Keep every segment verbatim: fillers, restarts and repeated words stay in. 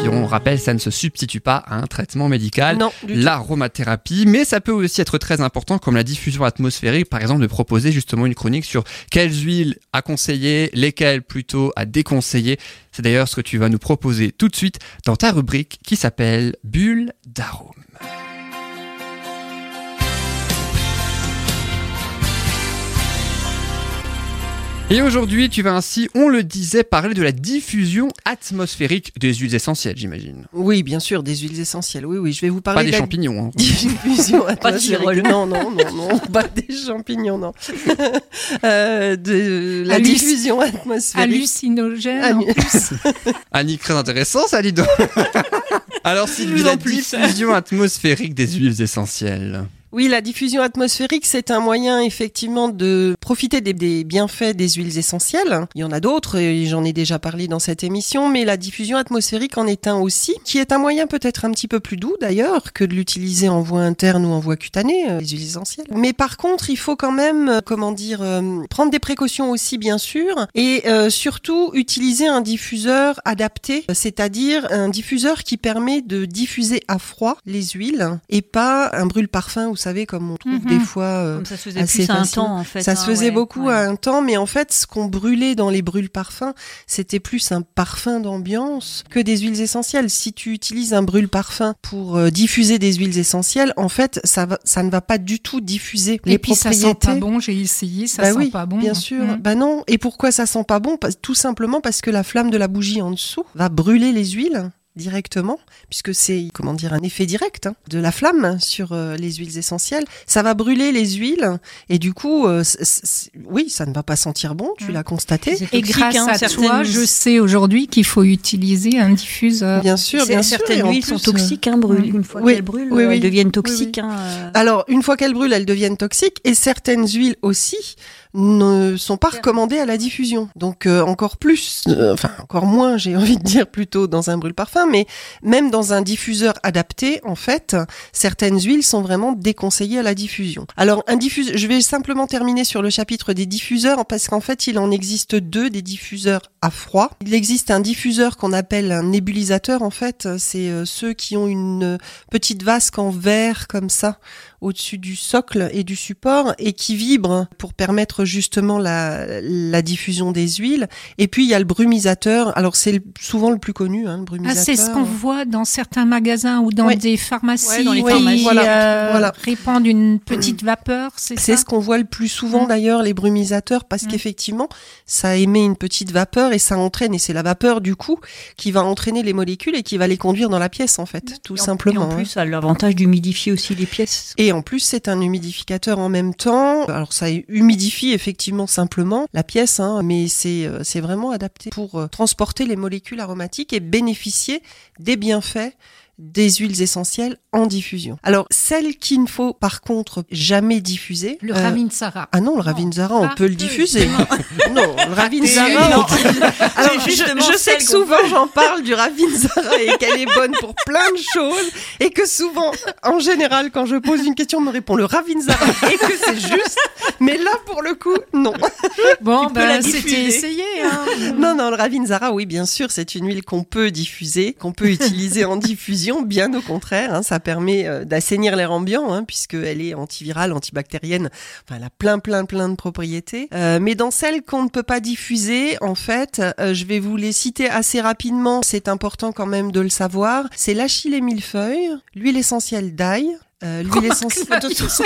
Et on rappelle, ça ne se substitue pas à un traitement médical, non, l'aromathérapie, mais ça peut aussi être très important, comme la diffusion atmosphérique, par exemple, de proposer justement une chronique sur quelles huiles à conseiller, lesquelles plutôt à déconseiller. C'est d'ailleurs ce que tu vas nous proposer tout de suite dans ta rubrique qui s'appelle Bulle d'arôme. Et aujourd'hui, tu vas ainsi, on le disait, parler de la diffusion atmosphérique des huiles essentielles, j'imagine. Oui, bien sûr, des huiles essentielles. Oui, oui, je vais vous parler pas des de la champignons. Hein. Diffusion atmosphérique. non, non, non, non, pas des champignons, non. euh, de la Halluc- diffusion atmosphérique. Hallucinogène Hallu- en plus. Annie, très intéressant, ça, dis donc. Alors, Sylvie, la diffusion atmosphérique des huiles essentielles. Oui, la diffusion atmosphérique, c'est un moyen effectivement de profiter des, des bienfaits des huiles essentielles. Il y en a d'autres, et j'en ai déjà parlé dans cette émission, mais la diffusion atmosphérique en est un aussi, qui est un moyen peut-être un petit peu plus doux d'ailleurs que de l'utiliser en voie interne ou en voie cutanée, euh, les huiles essentielles. Mais par contre, il faut quand même, euh, comment dire, euh, prendre des précautions aussi bien sûr, et euh, surtout utiliser un diffuseur adapté, c'est-à-dire un diffuseur qui permet de diffuser à froid les huiles et pas un brûle-parfum. Vous savez, comme on trouve mmh. des fois euh, comme ça se faisait assez plus à un facile. temps en fait. Ça hein, se faisait ouais, beaucoup ouais. à un temps, mais en fait, ce qu'on brûlait dans les brûle-parfums, c'était plus un parfum d'ambiance que des huiles essentielles. Si tu utilises un brûle-parfum pour euh, diffuser des huiles essentielles, en fait, ça va, ça ne va pas du tout diffuser et les puis propriétés. Ça sent pas bon. J'ai essayé, ça bah sent oui, pas bon. Bien sûr. Mmh. Bah non. Et pourquoi ça sent pas bon ? Tout simplement parce que la flamme de la bougie en dessous va brûler les huiles directement, puisque c'est, comment dire, un effet direct hein, de la flamme sur euh, les huiles essentielles. Ça va brûler les huiles et du coup, euh, c'est, c'est, oui, ça ne va pas sentir bon, tu mmh. l'as constaté. Toxique, et grâce hein, à certaines... toi, je sais aujourd'hui qu'il faut utiliser un diffuseur. Bien sûr, bien sûr. Certaines huiles sont toxiques, hein, brûlent. Une fois oui, qu'elles brûlent, oui, oui. elles deviennent toxiques. Oui, oui. Hein. Alors, une fois qu'elles brûlent, elles deviennent toxiques et certaines huiles aussi ne sont pas recommandées à la diffusion. Donc euh, encore plus, euh, enfin encore moins, j'ai envie de dire plutôt dans un brûle-parfum, mais même dans un diffuseur adapté, en fait, certaines huiles sont vraiment déconseillées à la diffusion. Alors un diffuseur, je vais simplement terminer sur le chapitre des diffuseurs parce qu'en fait, il en existe deux, des diffuseurs à froid. Il existe un diffuseur qu'on appelle un nébulisateur, en fait, c'est euh, ceux qui ont une petite vasque en verre comme ça au-dessus du socle et du support et qui vibre pour permettre justement la, la diffusion des huiles. Et puis il y a le brumisateur. Alors c'est le, souvent le plus connu, hein, le brumisateur. Ah, c'est ce qu'on voit dans certains magasins ou dans oui. des pharmacies ouais, dans les qui pharmacies. Voilà. Euh, voilà. répandent une petite vapeur, c'est, c'est ça. C'est ce qu'on voit le plus souvent mmh. d'ailleurs, les brumisateurs, parce mmh. qu'effectivement, ça émet une petite vapeur et ça entraîne, et c'est la vapeur du coup qui va entraîner les molécules et qui va les conduire dans la pièce en fait, tout et simplement. En, et en plus, ça a l'avantage d'humidifier aussi les pièces. Et en plus, c'est un humidificateur en même temps. Alors, ça humidifie effectivement simplement la pièce, hein, mais c'est, euh, c'est vraiment adapté pour euh, transporter les molécules aromatiques et bénéficier des bienfaits des huiles essentielles en diffusion. Alors, celle qu'il ne faut par contre jamais diffuser... Le euh, Ravinsara. Ah non, le Ravinsara, on peut le diffuser. Non, non le Ravinsara... non. Alors, je, je sais que souvent j'en parle du Ravinsara et qu'elle est bonne pour plein de choses et que souvent, en général, quand je pose une question, on me répond le Ravinsara et que c'est juste. Mais là, pour le coup, non. Bon, ben, c'était essayé. Hein. Non, non, le Ravinsara, oui, bien sûr, c'est une huile qu'on peut diffuser, qu'on peut utiliser en diffusion. Bien au contraire, hein, ça permet euh, d'assainir l'air ambiant, hein, puisqu'elle est antivirale, antibactérienne, enfin, elle a plein, plein, plein de propriétés. Euh, mais dans celles qu'on ne peut pas diffuser, en fait, euh, je vais vous les citer assez rapidement, c'est important quand même de le savoir. C'est l'achillée millefeuille, l'huile essentielle d'ail, euh, l'huile essentielle...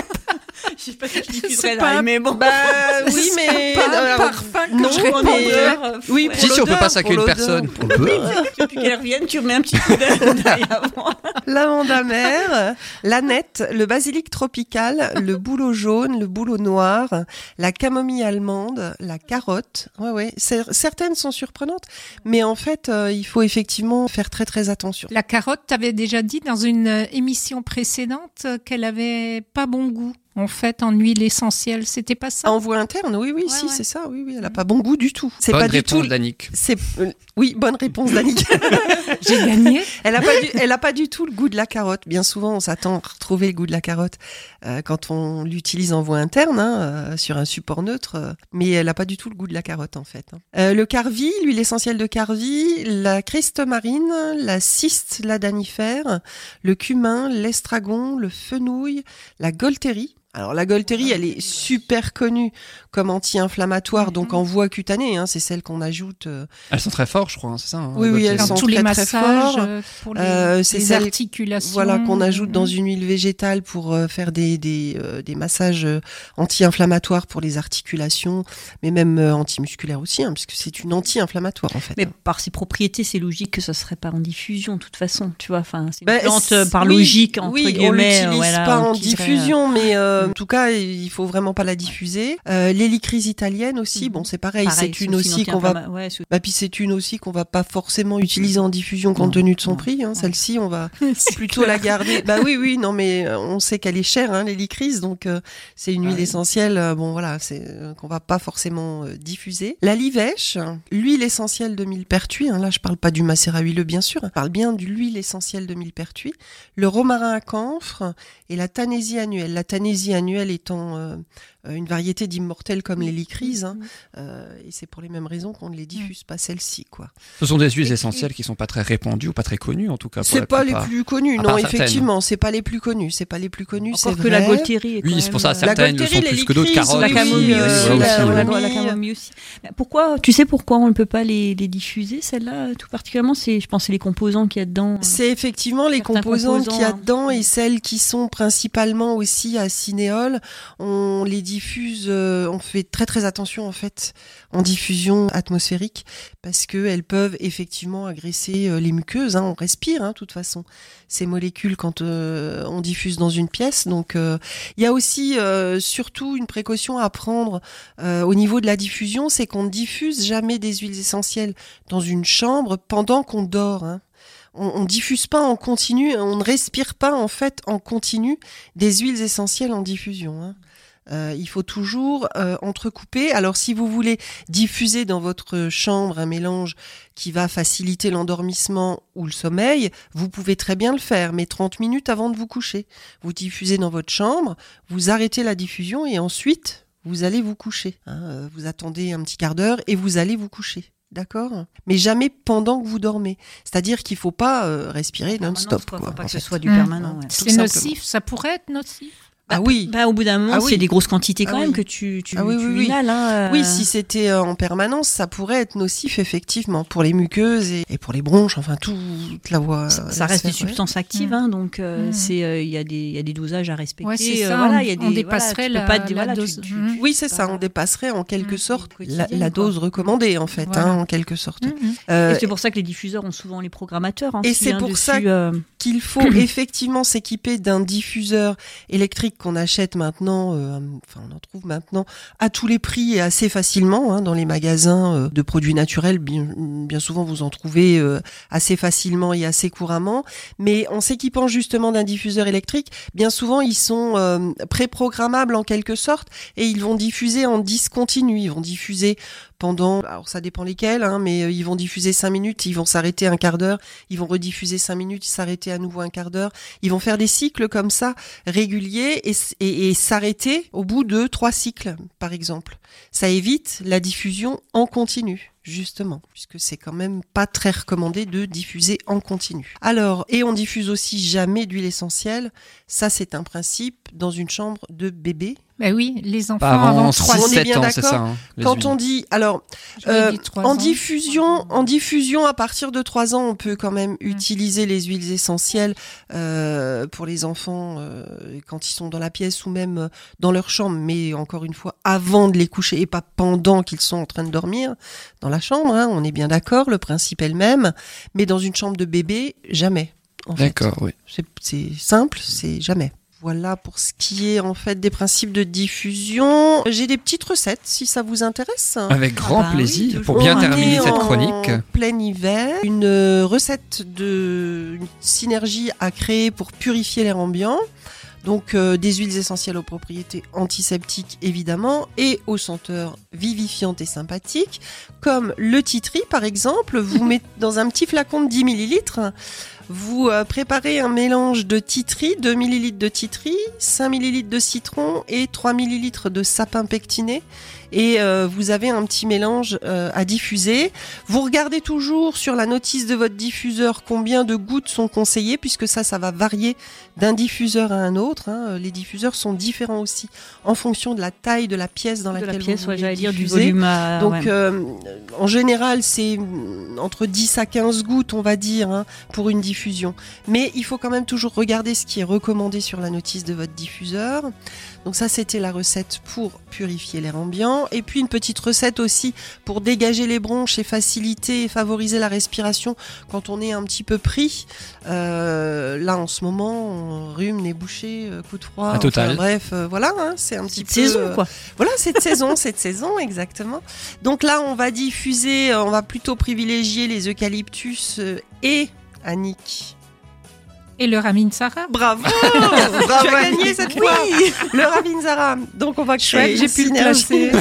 Je sais pas si je diffuserais l'ail, mais bon. Bah oui, mais pas un parfum que non, je mais euh, oui, si, si on peut passer qu'à une personne, on peut. Depuis qu'elle revienne, tu remets un petit coup d'ail avant. L'amande amère, l'aneth, le basilic tropical, le bouleau jaune, le bouleau noir, la camomille allemande, la carotte. Ouais, ouais. C'est, certaines sont surprenantes, mais en fait, euh, il faut effectivement faire très très attention. La carotte, t'avais déjà dit dans une émission précédente qu'elle avait pas bon goût. en fait, en huile essentielle, c'était pas ça? En voie interne, oui, oui, ouais, si, ouais. c'est ça, oui, oui, elle a pas bon goût du tout. C'est bonne pas réponse du tout. d'Annick. C'est, euh, oui, bonne réponse d'Annick. J'ai gagné. Elle a pas du, elle a pas du tout le goût de la carotte. Bien souvent, on s'attend à retrouver le goût de la carotte euh, quand on l'utilise en voie interne, hein, euh, sur un support neutre, euh, mais elle a pas du tout le goût de la carotte en fait. Hein. Euh, le carvi, l'huile essentielle de carvi, la christemarine, la cyste ladanifère, le cumin, l'estragon, le fenouil, la golterie. Alors la golterie, elle est super connue comme anti-inflammatoire, mm-hmm. donc en voie cutanée, hein, c'est celle qu'on ajoute. Euh... Elles sont très fortes, je crois, hein, c'est ça. Hein, oui, oui, elles sont tous très les très fortes. Pour les, euh, c'est les celle, articulations. Voilà, qu'on ajoute dans une huile végétale pour euh, faire des des, euh, des massages euh, anti-inflammatoires pour les articulations, mais même euh, antimusculaires aussi, hein, puisque c'est une anti-inflammatoire en fait. Mais hein. par ses propriétés, c'est logique que ça serait pas en diffusion, de toute façon, tu vois. Enfin, c'est une bah, plante c'est, par oui, logique entre oui, guillemets. On l'utilise voilà, pas on en utiliserait, diffusion, euh... mais euh, en tout cas, il faut vraiment pas la diffuser. Euh, l'hélicryse italienne aussi, mmh. bon c'est pareil, pareil, c'est une aussi qu'on va, ouais, c'est... bah puis c'est une aussi qu'on va pas forcément utiliser en diffusion compte tenu de son non, prix. Hein. Non. Celle-ci, on va plutôt clair. la garder. Bah oui, oui, non mais on sait qu'elle est chère, hein, l'hélicryse, donc euh, c'est une huile ah, essentielle. Euh, bon voilà, c'est euh, qu'on va pas forcément euh, diffuser. La livèche, l'huile essentielle de millepertuis. Hein, là, je parle pas du macérat huileux bien sûr. Je parle bien de l'huile essentielle de millepertuis. Le romarin à camphre et la tanésie annuelle. La tanésie annuelle étant euh, une variété d'immortelles comme l'hélicryse, hein, euh, et c'est pour les mêmes raisons qu'on ne les diffuse pas celles-ci, quoi. Ce sont des huiles essentielles qui sont pas très répandues ou pas très connues en tout cas. C'est pas les plus connues, non, effectivement, c'est pas les plus connues, c'est pas les plus connues. Encore c'est que vrai. la golterie. Est oui, quand c'est pour ça certaines le sont plus que d'autres. Carotte, la camomille aussi, la camomille aussi. Pourquoi, tu sais pourquoi on ne peut pas les, les diffuser celles-là tout particulièrement? C'est, je pense, c'est les composants qu'il y a dedans. C'est effectivement les composants, composants qu'il y a dedans hein. Et celles qui sont principalement aussi à cinéole, on les diffuse. Euh, on fait très très attention en fait en diffusion atmosphérique parce que elles peuvent effectivement agresser euh, les muqueuses. Hein, on respire, hein, de toute façon, ces molécules quand euh, on diffuse dans une pièce. Donc, il euh, y a aussi euh, surtout une précaution à prendre euh, au niveau de la diffusion, c'est qu'on ne diffuse jamais des huiles essentielles dans une chambre pendant qu'on dort. Hein. On ne diffuse pas en continu, on ne respire pas en fait en continu des huiles essentielles en diffusion. Hein. Euh, il faut toujours euh, entrecouper. Alors si vous voulez diffuser dans votre chambre un mélange qui va faciliter l'endormissement ou le sommeil, vous pouvez très bien le faire, mais trente minutes avant de vous coucher. Vous diffusez dans votre chambre, vous arrêtez la diffusion et ensuite vous allez vous coucher. Hein, vous attendez un petit quart d'heure et vous allez vous coucher. D'accord, mais jamais pendant que vous dormez. C'est-à-dire qu'il ne faut pas euh, respirer non-stop. Il ne faut pas que fait. ce soit du mmh. permanent. Ouais. C'est nocif, ça pourrait être nocif. Ah oui. Bah, au bout d'un moment, ah c'est oui. des grosses quantités quand ah même oui. que tu, tu, ah oui, tu oui, inhales. Hein, euh... Oui, si c'était euh, en permanence, ça pourrait être nocif effectivement pour les muqueuses et, et pour les bronches, enfin tout, toute la voie. Ça, la ça reste sphère, des substances ouais. actives, hein, donc il euh, mmh. euh, y, y a des dosages à respecter. Ouais, c'est ça, euh, voilà, on, y a des, on dépasserait voilà, la, pas, la voilà, dose. Tu, tu, mmh. Oui, c'est ça, on dépasserait en quelque mmh. sorte la, la dose quoi. recommandée en fait, voilà. hein, en quelque sorte. Mmh. Euh, et c'est pour ça que les diffuseurs ont souvent les programmateurs. Hein, et c'est pour dessus, ça euh... qu'il faut effectivement s'équiper d'un diffuseur électrique qu'on achète maintenant. Euh, Enfin, on en trouve maintenant à tous les prix et assez facilement hein, dans les magasins euh, de produits naturels. Bien, bien souvent, vous en trouvez euh, assez facilement et assez couramment. Mais en s'équipant justement d'un diffuseur électrique, bien souvent, ils sont euh, préprogrammables en quelque sorte et ils vont diffuser en discontinu. Ils vont diffuser pendant, alors ça dépend lesquels, hein, mais euh, ils vont diffuser cinq minutes, ils vont s'arrêter un quart d'heure, ils vont rediffuser cinq minutes, s'arrêter à nouveau un quart d'heure. Ils vont faire des cycles comme ça réguliers et, et, et s'arrêter au bout de trois cycles, par exemple. Ça évite la diffusion en continu, justement, puisque c'est quand même pas très recommandé de diffuser en continu. Alors, et on diffuse aussi jamais d'huile essentielle. Ça, c'est un principe dans une chambre de bébé. Ben oui, les enfants pas avant, avant trois six, on est bien ans, d'accord. C'est ça, hein, Quand on dit, alors, euh, en diffusion, en diffusion à partir de trois ans, on peut quand même mmh. utiliser les huiles essentielles euh, pour les enfants euh, quand ils sont dans la pièce ou même dans leur chambre, mais encore une fois, avant de les coucher et pas pendant qu'ils sont en train de dormir dans la chambre. Hein, on est bien d'accord, le principe est le même, mais dans une chambre de bébé, jamais. En d'accord, fait. oui. C'est, c'est simple, c'est jamais. Voilà pour ce qui est en fait des principes de diffusion. J'ai des petites recettes si ça vous intéresse. Avec grand ah bah plaisir oui, pour bien On terminer est cette chronique. En plein hiver, une recette de une synergie à créer pour purifier l'air ambiant. Donc euh, des huiles essentielles aux propriétés antiseptiques évidemment et aux senteurs vivifiantes et sympathiques, comme le tea tree par exemple. Vous mettez dans un petit flacon de dix millilitres, vous euh, préparez un mélange de tea tree, deux millilitres de tea tree, cinq millilitres de citron et trois millilitres de sapin pectiné. Et euh, vous avez un petit mélange euh, à diffuser. Vous regardez toujours sur la notice de votre diffuseur combien de gouttes sont conseillées, puisque ça, ça va varier d'un diffuseur à un autre. Hein. Les diffuseurs sont différents aussi en fonction de la taille de la pièce dans de laquelle la pièce, vous voulez ouais, j'allais dire diffuser. du volume. À... Donc, ouais. euh, en général, c'est entre dix à quinze gouttes, on va dire, hein, pour une diffusion. Mais il faut quand même toujours regarder ce qui est recommandé sur la notice de votre diffuseur. Donc ça, c'était la recette pour purifier l'air ambiant. Et puis une petite recette aussi pour dégager les bronches et faciliter et favoriser la respiration quand on est un petit peu pris. Euh, là, en ce moment, rhume, nez bouché, coup de froid. À total. Enfin, bref, euh, voilà, hein, c'est un petit Cette peu... saison, euh, quoi. Voilà, cette saison, cette saison, exactement. Donc là, on va diffuser, on va plutôt privilégier les eucalyptus euh, et Annick. Et le Ravinsara. Bravo, tu as gagné cette fois. Le Ravinsara. Donc on va créer Chouette, j'ai une pu le synergie.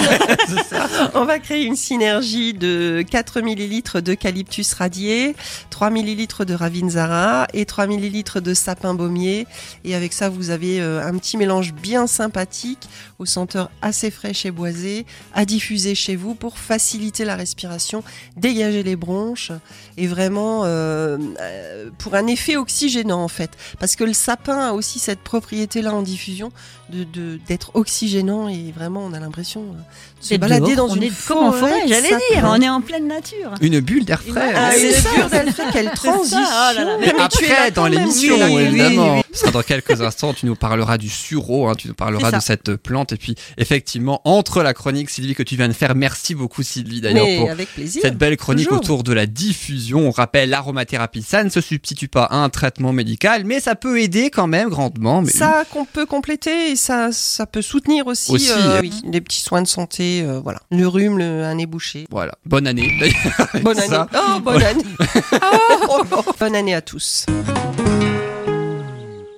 On va créer une synergie de quatre millilitres d'eucalyptus radié, trois millilitres de Ravinsara et trois millilitres de sapin baumier. Et avec ça, vous avez euh, un petit mélange bien sympathique, aux senteurs assez fraîches et boisées, à diffuser chez vous pour faciliter la respiration, dégager les bronches et vraiment euh, euh, pour un effet oxygénant en fait, parce que le sapin a aussi cette propriété-là en diffusion de, de d'être oxygénant et vraiment on a l'impression de se C'est balader dehors, dans on une est comme en forêt, de j'allais sapin. dire, on est en pleine nature. Une bulle d'air frais. Ah, c'est une ça, bulle d'air frais, quelle transition. ça, oh là là. Mais Mais tu es là après, quand dans même, l'émission, oui, oui, oui, évidemment. oui. Ce sera dans quelques instants, tu nous parleras du sureau, hein, tu nous parleras C'est de ça. cette plante. Et puis, effectivement, entre la chronique, Sylvie, que tu viens de faire, merci beaucoup, Sylvie, d'ailleurs, Mais pour avec plaisir. cette belle chronique Toujours. autour de la diffusion. On rappelle, l'aromathérapie, ça ne se substitue pas à un traitement médical, mais ça peut aider quand même grandement. Mais... Ça qu'on peut compléter et ça, ça peut soutenir aussi, Aussi, euh, euh, oui, des petits soins de santé, euh, voilà. Le rhume, le, un nez bouché. Voilà. Bonne année. d'ailleurs, avec Bonne année. ça. Oh, bonne année. Bonne année à tous.